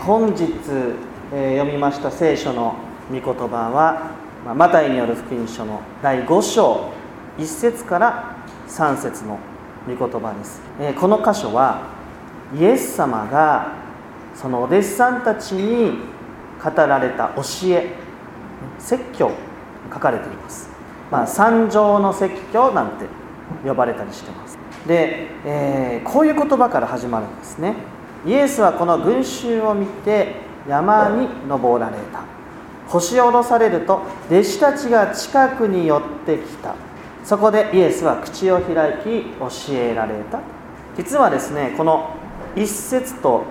本日、読みました聖書の御言葉はマタイによる福音書の第5章1節から3節の御言葉です。この箇所はイエス様がそのお弟子さんたちに語られた教え、説教書かれています。三条の説教なんて呼ばれたりしています。で、こういう言葉から始まるんですね。イエスはこの群衆を見て山に登られた。星を下ろされると弟子たちが近くに寄ってきた。そこでイエスは口を開き教えられた。実はですね、この1節と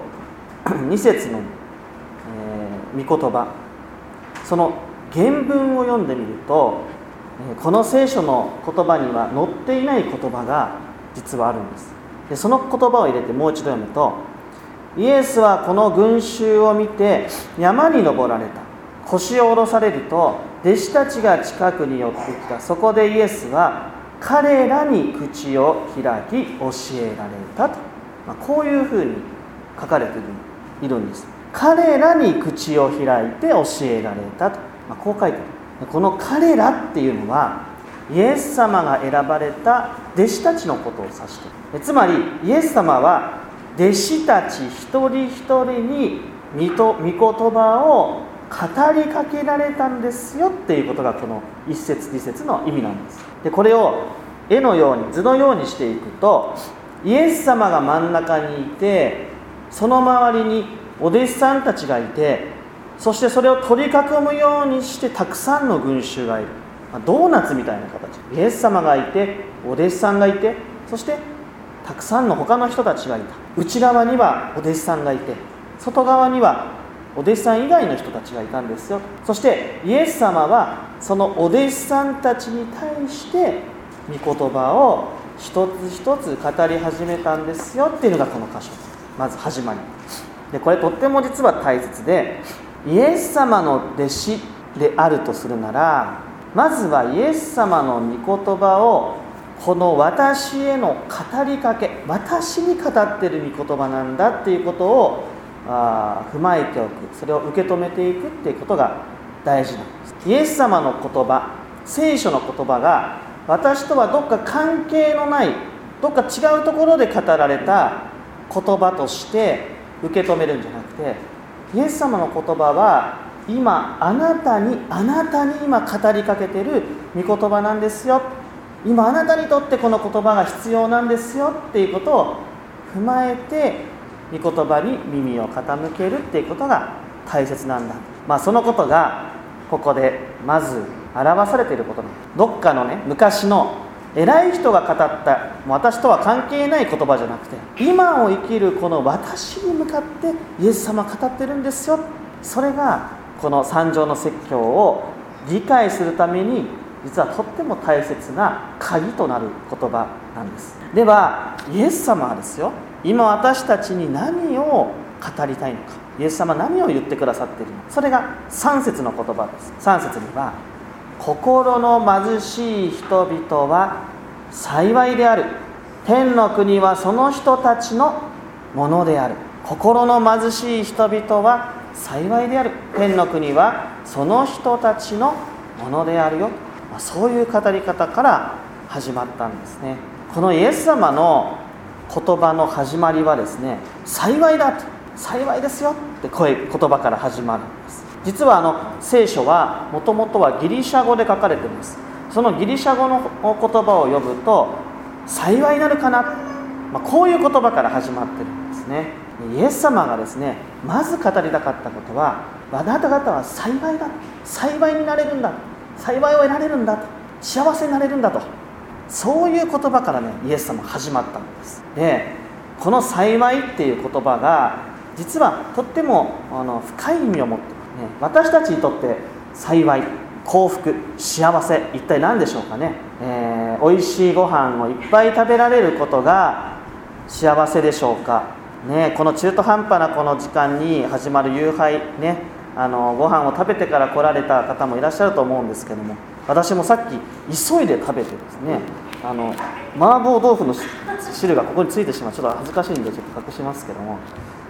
2節の、御言葉、その原文を読んでみると、この聖書の言葉には載っていない言葉が実はあるんです。で、その言葉を入れてもう一度読むと、イエスはこの群衆を見て山に登られた。腰を下ろされると弟子たちが近くに寄ってきた。そこでイエスは彼らに口を開き教えられたと、こういうふうに書かれているんです。彼らに口を開いて教えられたと、こう書いてある。この彼らっていうのはイエス様が選ばれた弟子たちのことを指している。つまりイエス様は弟子たち一人一人に御言葉を語りかけられたんですよっていうことがこの1節2節の意味なんです。で、これを絵のように図のようにしていくと、イエス様が真ん中にいて、その周りにお弟子さんたちがいて、そしてそれを取り囲むようにしてたくさんの群衆がいる、ドーナツみたいな形。イエス様がいて、お弟子さんがいて、そしてたくさんの他の人たちがいた。内側にはお弟子さんがいて、外側にはお弟子さん以外の人たちがいたんですよ。そしてイエス様はそのお弟子さんたちに対して御言葉を一つ一つ語り始めたんですよっていうのがこの箇所、まず始まりで、これとっても実は大切で、イエス様の弟子であるとするなら、まずはイエス様の御言葉をこの私への語りかけ、私に語っている御言葉なんだっていうことを踏まえておく、それを受け止めていくっていうことが大事なんです。イエス様の言葉、聖書の言葉が私とはどっか関係のない、どっか違うところで語られた言葉として受け止めるんじゃなくて、イエス様の言葉は今あなたに今語りかけている御言葉なんですよ、今あなたにとってこの言葉が必要なんですよっていうことを踏まえて御言葉に耳を傾けるっていうことが大切なんだ。そのことがここでまず表されていることなんです。どっかのね、昔の偉い人が語った私とは関係ない言葉じゃなくて、今を生きるこの私に向かってイエス様が語ってるんですよ。それがこの三条の説教を理解するために実はとっても大切な鍵となる言葉なんです。ではイエス様はですよ、今私たちに何を語りたいのか、イエス様は何を言ってくださっているのか、それが3節の言葉です。3節には、心の貧しい人々は幸いである、天の国はその人たちのものである。心の貧しい人々は幸いである、天の国はその人たちのものであるよ。そういう語り方から始まったんですね。このイエス様の言葉の始まりはですね、幸いだと、幸いですよって言葉から始まるんです。実は聖書はもともとはギリシャ語で書かれています。そのギリシャ語の言葉を読むと幸いなるかな、こういう言葉から始まってるんですね。イエス様がですね、まず語りたかったことは、あなた方は幸いだ、幸いになれるんだ、幸いを得られるんだと、幸せになれるんだと、そういう言葉からね、イエス様始まったんです。で、この幸いっていう言葉が実はとっても深い意味を持っていますね。私たちにとって幸い、幸福、幸せ、一体何でしょうかね。おいしいご飯をいっぱい食べられることが幸せでしょうかね。この中途半端なこの時間に始まる夕飯ね、ご飯を食べてから来られた方もいらっしゃると思うんですけども、私もさっき急いで食べてですね、麻婆豆腐の汁がここについてしまう、ちょっと恥ずかしいんでちょっと隠しますけども、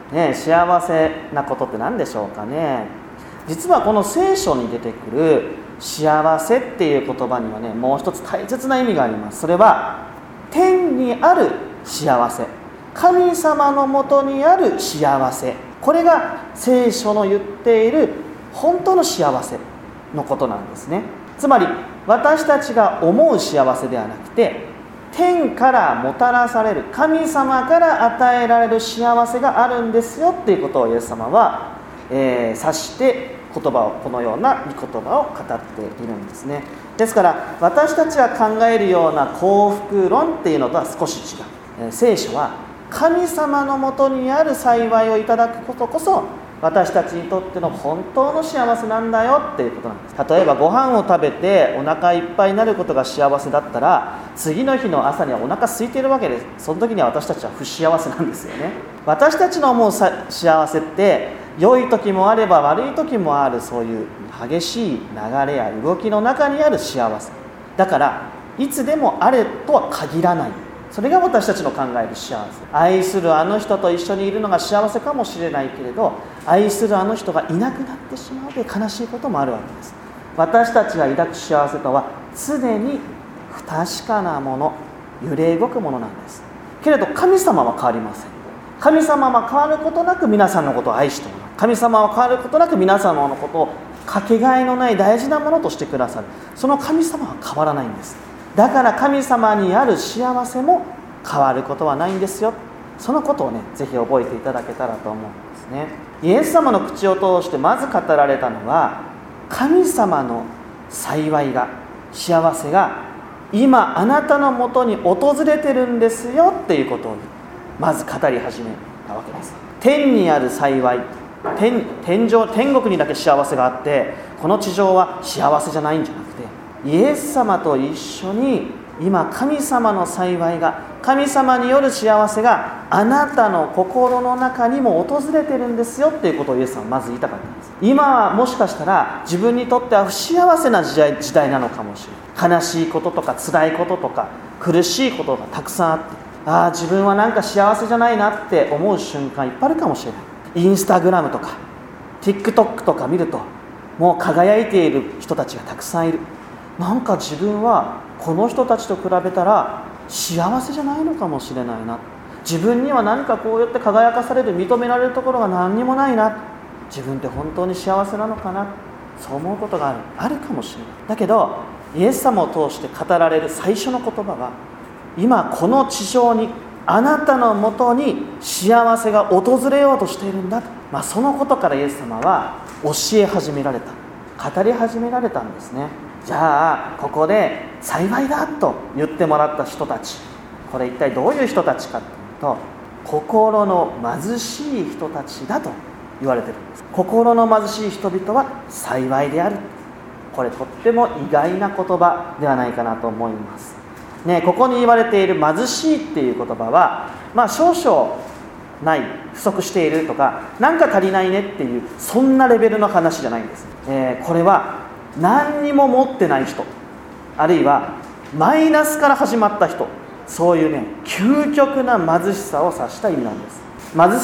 幸せなことって何でしょうかね。実はこの聖書に出てくる幸せっていう言葉にはね、もう一つ大切な意味があります。それは天にある幸せ、神様のもとにある幸せ、これが聖書の言っている本当の幸せのことなんですね。つまり私たちが思う幸せではなくて、天からもたらされる、神様から与えられる幸せがあるんですよっていうことをイエス様は、指してこのような御言葉を語っているんですね。ですから私たちが考えるような幸福論っていうのとは少し違う。聖書は神様のもとにある幸いをいただくことこそ私たちにとっての本当の幸せなんだよっていうことなんです。例えばご飯を食べてお腹いっぱいになることが幸せだったら、次の日の朝にはお腹空いているわけです。その時には私たちは不幸せなんですよね。私たちの思う幸せって良い時もあれば悪い時もある、そういう激しい流れや動きの中にある幸せだから、いつでもあれとは限らない。それが私たちの考える幸せ。愛するあの人と一緒にいるのが幸せかもしれないけれど、愛するあの人がいなくなってしまうで悲しいこともあるわけです。私たちが抱く幸せとは常に不確かなもの、揺れ動くものなんです。けれど神様は変わりません。神様は変わることなく皆さんのことを愛しておられる。神様は変わることなく皆さんのことをかけがえのない大事なものとしてくださる。その神様は変わらないんです。だから神様にある幸せも変わることはないんですよ。そのことをね、ぜひ覚えていただけたらと思うんですね。イエス様の口を通してまず語られたのは、神様の幸いが、幸せが今あなたのもとに訪れてるんですよっていうことをまず語り始めたわけです。天にある幸い、天国にだけ幸せがあって、この地上は幸せじゃないんじゃなくて、イエス様と一緒に今神様の幸いが、神様による幸せがあなたの心の中にも訪れてるんですよっていうことをイエス様はまず言いたかったんです。今はもしかしたら自分にとっては不幸せな時代なのかもしれない。悲しいこととか辛いこととか苦しいことがたくさんあって、自分はなんか幸せじゃないなって思う瞬間いっぱいあるかもしれない。インスタグラムとか TikTok とか見ると、もう輝いている人たちがたくさんいる。なんか自分はこの人たちと比べたら幸せじゃないのかもしれないな。自分には何かこうやって輝かされる、認められるところが何にもないな。自分って本当に幸せなのかな、そう思うことがあるかもしれない。だけどイエス様を通して語られる最初の言葉は、今この地上にあなたのもとに幸せが訪れようとしているんだと、そのことからイエス様は教え始められた、語り始められたんですね。じゃあここで幸いだと言ってもらった人たち、これ一体どういう人たちかというと、心の貧しい人たちだと言われているんです。心の貧しい人々は幸いである。これとっても意外な言葉ではないかなと思いますね。ここに言われている貧しいっていう言葉は、少々ない、不足しているとか、なんか足りないねっていう、そんなレベルの話じゃないんです。これは何にも持ってない人、あるいはマイナスから始まった人、そういうね、究極な貧しさを指した意味なんです。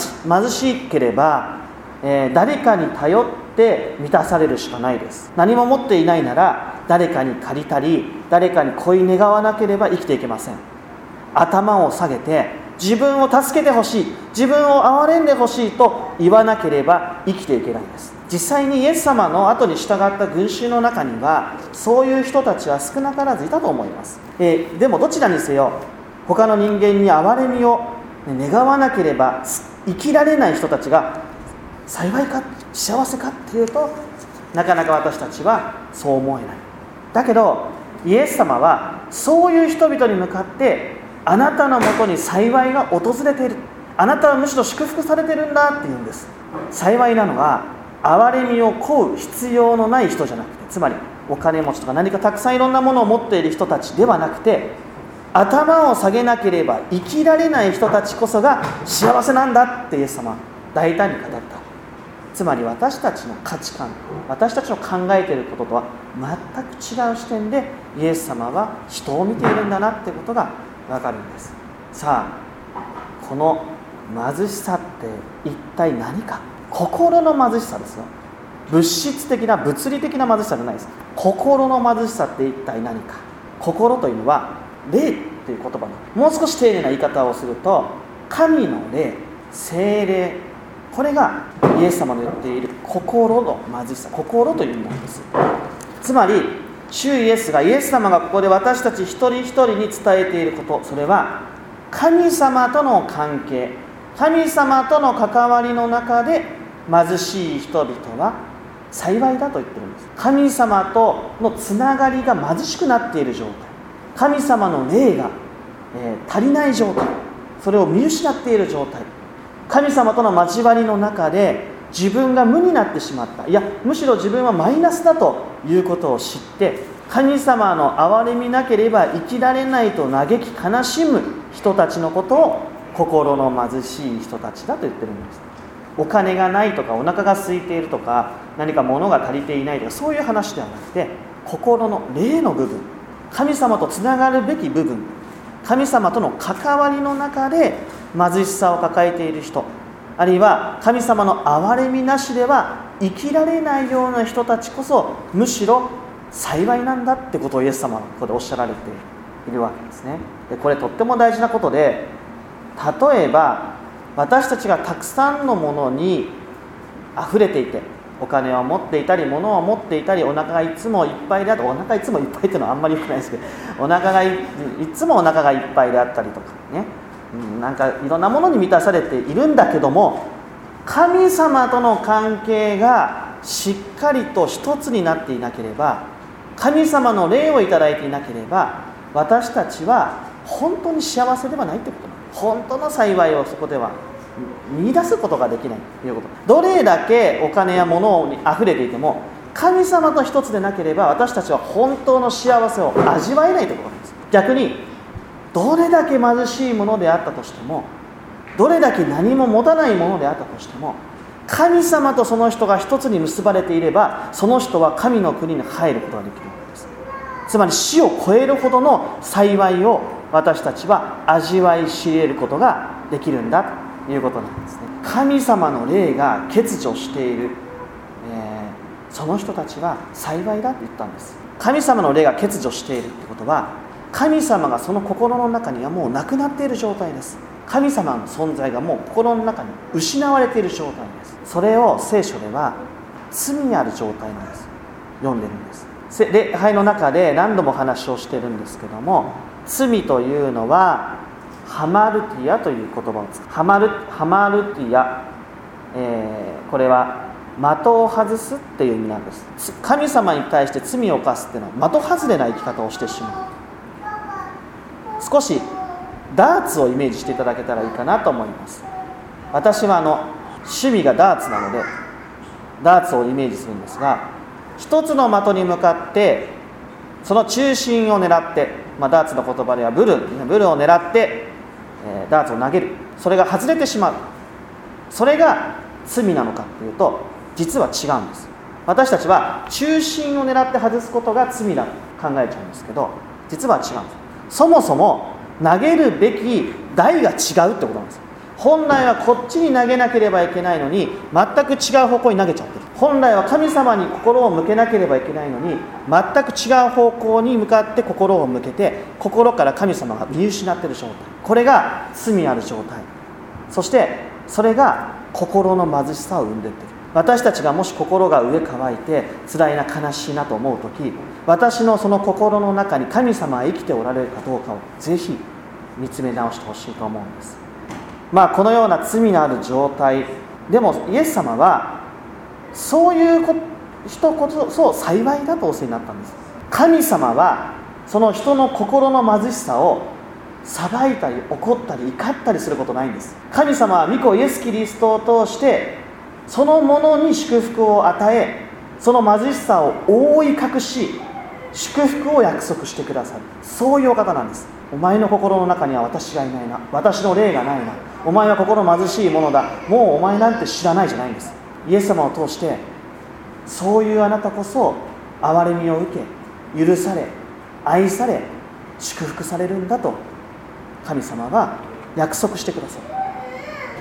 貧しければ、誰かに頼って満たされるしかないです。何も持っていないなら誰かに借りたり、誰かに恋願わなければ生きていけません。頭を下げて自分を助けてほしい、自分を憐れんでほしいと言わなければ生きていけないんです。実際にイエス様の後に従った群衆の中には、そういう人たちは少なからずいたと思います。でもどちらにせよ、他の人間に憐れみを願わなければ生きられない人たちが幸いか幸せかっていうと、なかなか私たちはそう思えない。だけどイエス様はそういう人々に向かって、あなたのもとに幸いが訪れている、あなたはむしろ祝福されているんだって言うんです。幸いなのは憐れみを請う必要のない人じゃなくて、つまりお金持ちとか何かたくさんいろんなものを持っている人たちではなくて、頭を下げなければ生きられない人たちこそが幸せなんだってイエス様は大胆に語った。つまり私たちの価値観、私たちの考えていることとは全く違う視点でイエス様は人を見ているんだなってことが分かるんです。さあ、この貧しさって一体何か。心の貧しさですよ。物質的な物理的な貧しさじゃないです。心の貧しさって一体何か。心というのは霊という言葉のもう少し丁寧な言い方をすると、神の霊、聖霊、これがイエス様の言っている心の貧しさ、心という意味なんです。つまり主イエス様がここで私たち一人一人に伝えていること、それは神様との関係、神様との関わりの中で貧しい人々は幸いだと言ってるんです。神様とのつながりが貧しくなっている状態、神様の霊が、足りない状態、それを見失っている状態、神様との交わりの中で自分が無になってしまった、いやむしろ自分はマイナスだということを知って、神様の憐れみなければ生きられないと嘆き悲しむ人たちのことを心の貧しい人たちだと言ってるんです。お金がないとかお腹が空いているとか何か物が足りていないとかそういう話ではなくて、心の霊の部分、神様とつながるべき部分、神様との関わりの中で貧しさを抱えている人、あるいは神様の憐れみなしでは生きられないような人たちこそむしろ幸いなんだってことをイエス様はここでおっしゃられているわけですね。でこれとっても大事なことで、例えば私たちがたくさんのものに溢れていて、お金を持っていたり物を持っていたり、お腹がいつもいっぱいであったり、お腹いつもいっぱいっていうのはあんまり良くないですけど、お腹が いつもお腹がいっぱいであったりとかね、なんかいろんなものに満たされているんだけども、神様との関係がしっかりと一つになっていなければ、神様の霊をいただいていなければ、私たちは本当に幸せではないということなんです。本当の幸いをそこでは見出すことができないということ。どれだけお金や物に溢れていても神様と一つでなければ、私たちは本当の幸せを味わえないということなんです。逆にどれだけ貧しいものであったとしても、どれだけ何も持たないものであったとしても、神様とその人が一つに結ばれていれば、その人は神の国に入ることができるわけです。つまり死を超えるほどの幸いを私たちは味わい知れることができるんだということなんですね。神様の霊が欠如している、その人たちは幸いだと言ったんです。神様の霊が欠如しているということは、神様がその心の中にはもうなくなっている状態です。神様の存在がもう心の中に失われている状態です。それを聖書では罪にある状態なんです。読んでるんです。礼拝の中で何度も話をしてるんですけども、罪というのはハマルティアという言葉を使う。ハマルティア、これは的を外すっていう意味なんです。神様に対して罪を犯すっていうのは的外れな生き方をしてしまう。少しダーツをイメージしていただけたらいいかなと思います。私は趣味がダーツなのでダーツをイメージするんですが、一つの的に向かってその中心を狙って、ダーツの言葉ではブルを狙って、ダーツを投げる。それが外れてしまう。それが罪なのかというと、実は違うんです。私たちは中心を狙って外すことが罪だと考えちゃうんですけど、実は違うんです。そもそも投げるべき台が違うってことなんです。本来はこっちに投げなければいけないのに全く違う方向に投げちゃってる。本来は神様に心を向けなければいけないのに全く違う方向に向かって心を向けて、心から神様が見失っている状態、これが罪ある状態。そしてそれが心の貧しさを生んでいっている。私たちがもし心が飢え渇いて辛いな悲しいなと思うとき、私のその心の中に神様は生きておられるかどうかをぜひ見つめ直してほしいと思うんです。このような罪のある状態でもイエス様はそういう人こそ幸いだとお教えになったんです。神様はその人の心の貧しさを裁いたり怒ったり怒ったりすることないんです。神様は御子イエス・キリストを通してそのものに祝福を与え、その貧しさを覆い隠し祝福を約束してくださる、そういうお方なんです。お前の心の中には私がいないな、私の霊がないな、お前は心貧しいものだ、もうお前なんて知らないじゃないんです。イエス様を通してそういうあなたこそ憐れみを受け、許され、愛され、祝福されるんだと神様は約束してくださる。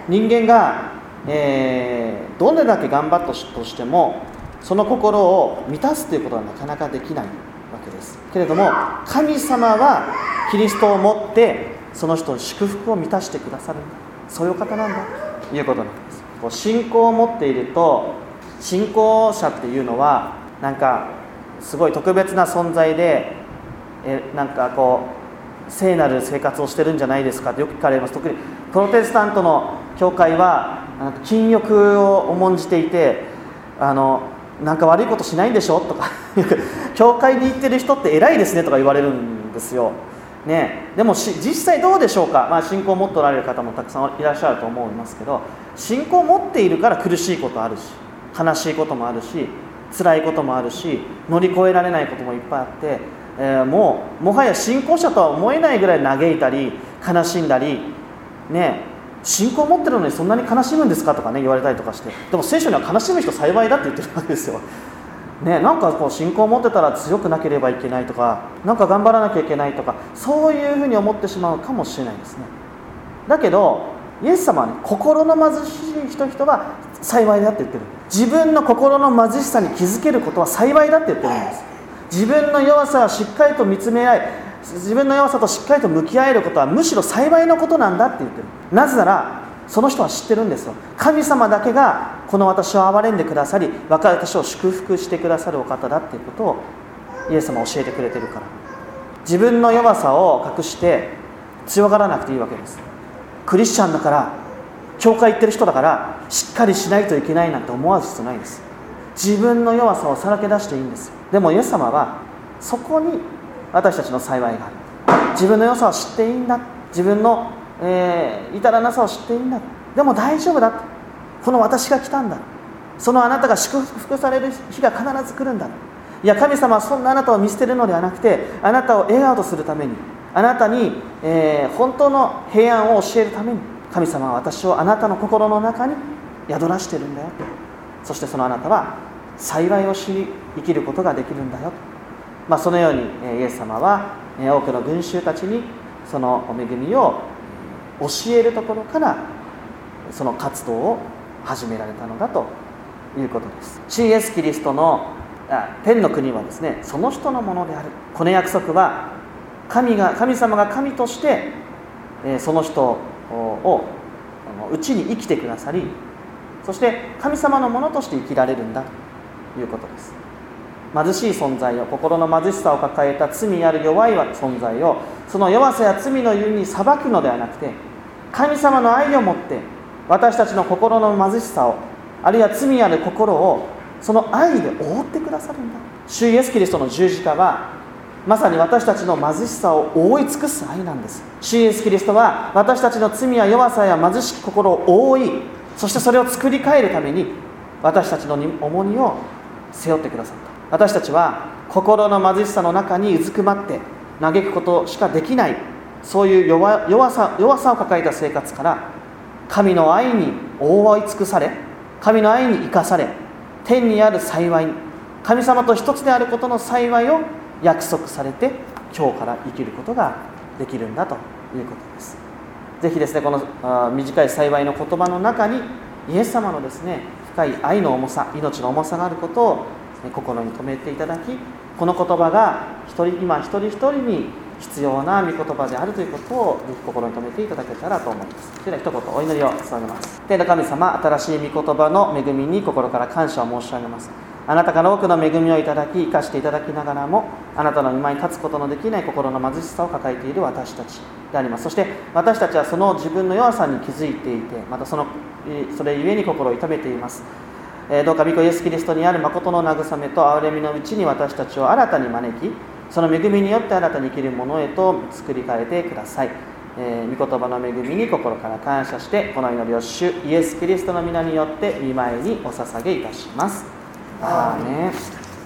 人間が、どれだけ頑張ったとしてもその心を満たすということはなかなかできないわけですけれども、神様はキリストをもってその人の祝福を満たしてくださるんだ、そういう方なんだということなんです。こう信仰を持っていると、信仰者っていうのはなんかすごい特別な存在で、なんかこう聖なる生活をしてるんじゃないですかってよく聞かれます。特にプロテスタントの教会は禁欲を重んじていて、なんか悪いことしないんでしょとか教会に行ってる人って偉いですねとか言われるんですよ、ね、でも実際どうでしょうか。信仰を持っておられる方もたくさんいらっしゃると思いますけど、信仰を持っているから苦しいことあるし、悲しいこともあるし、辛いこともあるし、乗り越えられないこともいっぱいあって、もはや信仰者とは思えないぐらい嘆いたり悲しんだり、信仰を持ってるのにそんなに悲しむんですかとか言われたりとかして、でも聖書には悲しむ人幸いだって言ってるわけですよ、なんかこう信仰を持ってたら強くなければいけないとか、なんか頑張らなきゃいけないとか、そういうふうに思ってしまうかもしれないですね。だけどイエス様は、心の貧しい人々は幸いだって言ってる。自分の心の貧しさに気づけることは幸いだって言ってるんです。自分の弱さをしっかりと見つめ合い、自分の弱さとしっかりと向き合えることはむしろ幸いのことなんだって言ってる。なぜならその人は知ってるんですよ。神様だけがこの私を憐れんでくださり、私を祝福してくださるお方だっていうことをイエス様は教えてくれてるから、自分の弱さを隠して強がらなくていいわけです。クリスチャンだから、教会行ってる人だからしっかりしないといけないなんて思わず必要ないです。自分の弱さをさらけ出していいんですよ。でもイエス様はそこに私たちの幸いがある。自分の良さを知っていいんだ、自分の、至らなさを知っていいんだ、でも大丈夫だ、この私が来たんだ、そのあなたが祝福される日が必ず来るんだ。いや、神様はそんなあなたを見捨てるのではなくて、あなたを笑顔とするために、あなたに、本当の平安を教えるために、神様は私をあなたの心の中に宿らしてるんだよ。そしてそのあなたは幸いを知り生きることができるんだよ。そのようにイエス様は多くの群衆たちにその恵みを教えるところからその活動を始められたのだということです。主イエスキリストの天の国はですね、その人のものである。この約束は神様が神としてその人をうちに生きてくださり、そして神様のものとして生きられるんだということです。貧しい存在を、心の貧しさを抱えた罪ある弱い存在を、その弱さや罪のゆえに裁くのではなくて、神様の愛をもって私たちの心の貧しさを、あるいは罪ある心をその愛で覆ってくださるんだ。主イエスキリストの十字架はまさに私たちの貧しさを覆い尽くす愛なんです。主イエスキリストは私たちの罪や弱さや貧しき心を覆い、そしてそれを作り変えるために私たちの重荷を背負ってくださった。私たちは心の貧しさの中にうずくまって嘆くことしかできない、そういう弱さを抱えた生活から神の愛に覆い尽くされ、神の愛に生かされ、天にある幸い、神様と一つであることの幸いを約束されて、今日から生きることができるんだということです。ぜひですね、この短い幸いの言葉の中にイエス様のですね、深い愛の重さ、命の重さがあることを心に留めていただき、この言葉が今一人一人に必要な御言葉であるということをぜひ心に留めていただけたらと思います。では一言お祈りを捧げます。天の神様、新しい御言葉の恵みに心から感謝を申し上げます。あなたから多くの恵みをいただき、生かしていただきながらも、あなたの御前に立つことのできない心の貧しさを抱えている私たちであります。そして私たちはその自分の弱さに気づいていて、またそれゆえに心を痛めています。どうか御子イエスキリストにある誠の慰めと憐れみのうちに私たちを新たに招き、その恵みによって新たに生きるものへと作り変えてください。御言葉の恵みに心から感謝して、この祈りを主イエスキリストの皆によって御前にお捧げいたします。アーメン。